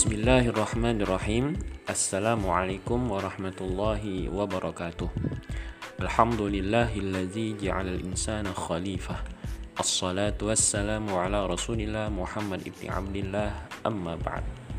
Bismillahirrahmanirrahim. Assalamualaikum warahmatullahi wabarakatuh. Alhamdulillahilladzi ja'alal insana khalifah. Assalatu wassalamu ala rasulillah Muhammad ibni Abdillah, amma ba'd.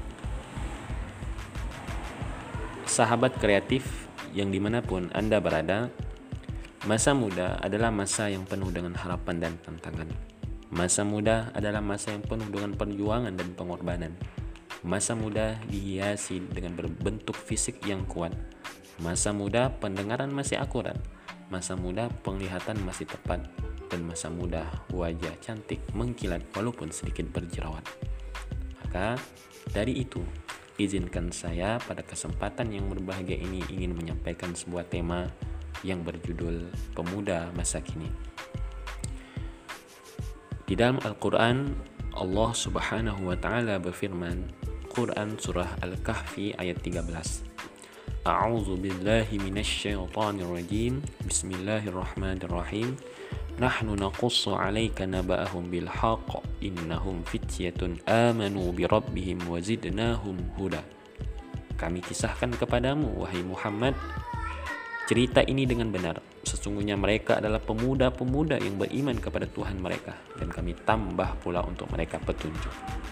Sahabat kreatif yang dimanapun Anda berada, masa muda adalah masa yang penuh dengan harapan dan tantangan. Masa muda adalah masa yang penuh dengan perjuangan dan pengorbanan. Masa muda dihiasi dengan berbentuk fisik yang kuat. Masa muda pendengaran masih akurat. Masa muda penglihatan masih tepat. Dan masa muda wajah cantik mengkilat walaupun sedikit berjerawat. Maka dari itu, izinkan saya pada kesempatan yang berbahagia ini ingin menyampaikan sebuah tema yang berjudul Pemuda Masa Kini. Di dalam Al-Quran, Allah Subhanahu wa Ta'ala berfirman, Quran Surah Al-Kahfi ayat 13. A'udzu billahi minasy syaithanir rajim. Bismillahirrahmanirrahim. Nahnu naqussu 'alaika naba'ahum bil haqq innahum fityatun amanu bi rabbihim wa zidnahum huda. Kami kisahkan kepadamu wahai Muhammad cerita ini dengan benar. Sesungguhnya mereka adalah pemuda-pemuda yang beriman kepada Tuhan mereka, dan kami tambah pula untuk mereka petunjuk.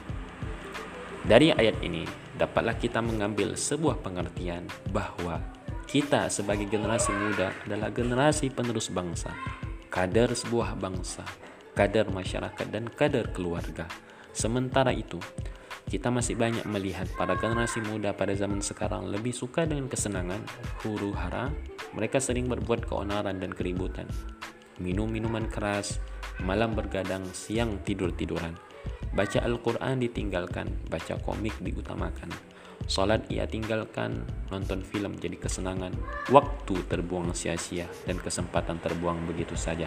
Dari ayat ini dapatlah kita mengambil sebuah pengertian bahwa kita sebagai generasi muda adalah generasi penerus bangsa, kader sebuah bangsa, kader masyarakat dan kader keluarga. Sementara itu, kita masih banyak melihat para generasi muda pada zaman sekarang lebih suka dengan kesenangan, huru-hara. Mereka sering berbuat keonaran dan keributan, minum minuman keras, malam bergadang, siang tidur-tiduran. Baca Al-Quran ditinggalkan, baca komik diutamakan. Salat ia tinggalkan, nonton film jadi kesenangan. Waktu terbuang sia-sia dan kesempatan terbuang begitu saja.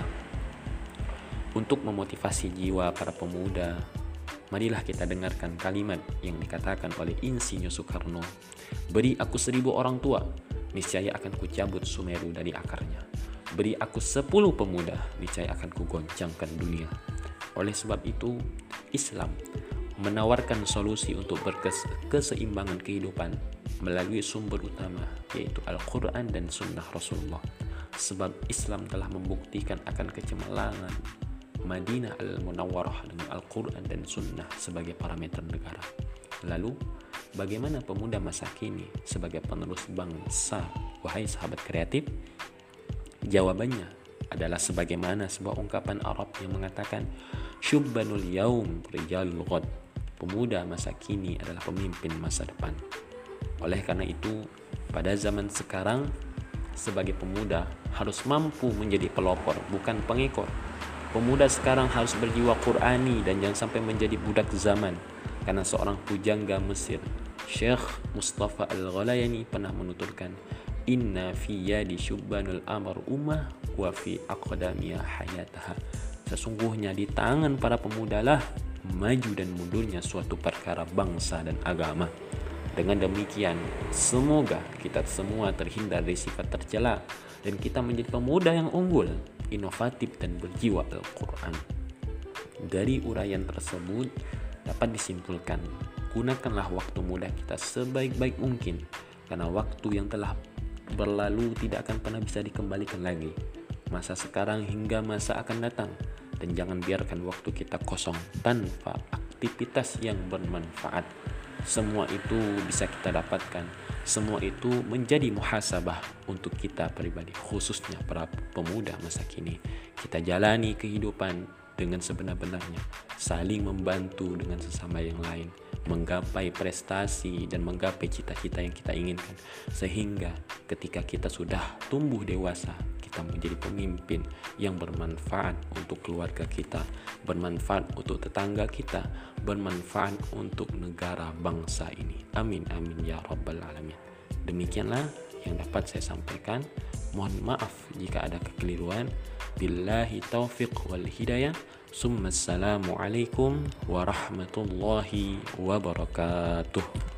Untuk memotivasi jiwa para pemuda, marilah kita dengarkan kalimat yang dikatakan oleh Insinyur Soekarno. Beri aku 1000 orang tua, niscaya akan kucabut Sumeru dari akarnya. Beri aku 10 pemuda, niscaya akan kugoncangkan dunia. Oleh sebab itu, Islam menawarkan solusi untuk keseimbangan kehidupan melalui sumber utama, yaitu Al-Quran dan Sunnah Rasulullah. Sebab Islam telah membuktikan akan kecemerlangan Madinah Al-Munawwarah dengan Al-Quran dan Sunnah sebagai parameter negara. Lalu, bagaimana pemuda masa kini sebagai penerus bangsa, wahai sahabat kreatif? Jawabannya adalah sebagaimana sebuah ungkapan Arab yang mengatakan, Syubbanul yaum rijalul ghad. Pemuda masa kini adalah pemimpin masa depan. Oleh karena itu, pada zaman sekarang, sebagai pemuda harus mampu menjadi pelopor, bukan pengekor. Pemuda sekarang harus berjiwa Qur'ani dan jangan sampai menjadi budak zaman. Karena seorang pujangga Mesir, Syekh Mustafa Al-Ghalayani pernah menuturkan, Inna fi yadi syubbanul amar ummah wa fi aqdamiyah hayataha. Sesungguhnya di tangan para pemuda lah maju dan mundurnya suatu perkara bangsa dan agama. Dengan demikian, semoga kita semua terhindar dari sifat tercela dan kita menjadi pemuda yang unggul, inovatif dan berjiwa Al-Quran. Dari uraian tersebut dapat disimpulkan, gunakanlah waktu muda kita sebaik-baik mungkin, karena waktu yang telah berlalu tidak akan pernah bisa dikembalikan lagi. Masa sekarang hingga masa akan datang, dan jangan biarkan waktu kita kosong tanpa aktivitas yang bermanfaat. Semua itu bisa kita dapatkan, semua itu menjadi muhasabah untuk kita pribadi, khususnya para pemuda masa kini. Kita jalani kehidupan dengan sebenar-benarnya, saling membantu dengan sesama yang lain, menggapai prestasi dan menggapai cita-cita yang kita inginkan, sehingga ketika kita sudah tumbuh dewasa, kita menjadi pemimpin yang bermanfaat untuk keluarga kita, bermanfaat untuk tetangga kita, bermanfaat untuk negara bangsa ini. Amin amin ya rabbal alamin. Demikianlah yang dapat saya sampaikan. Mohon maaf jika ada kekeliruan. Billahi taufiq wal hidayah. Assalamualaikum warahmatullahi wabarakatuh.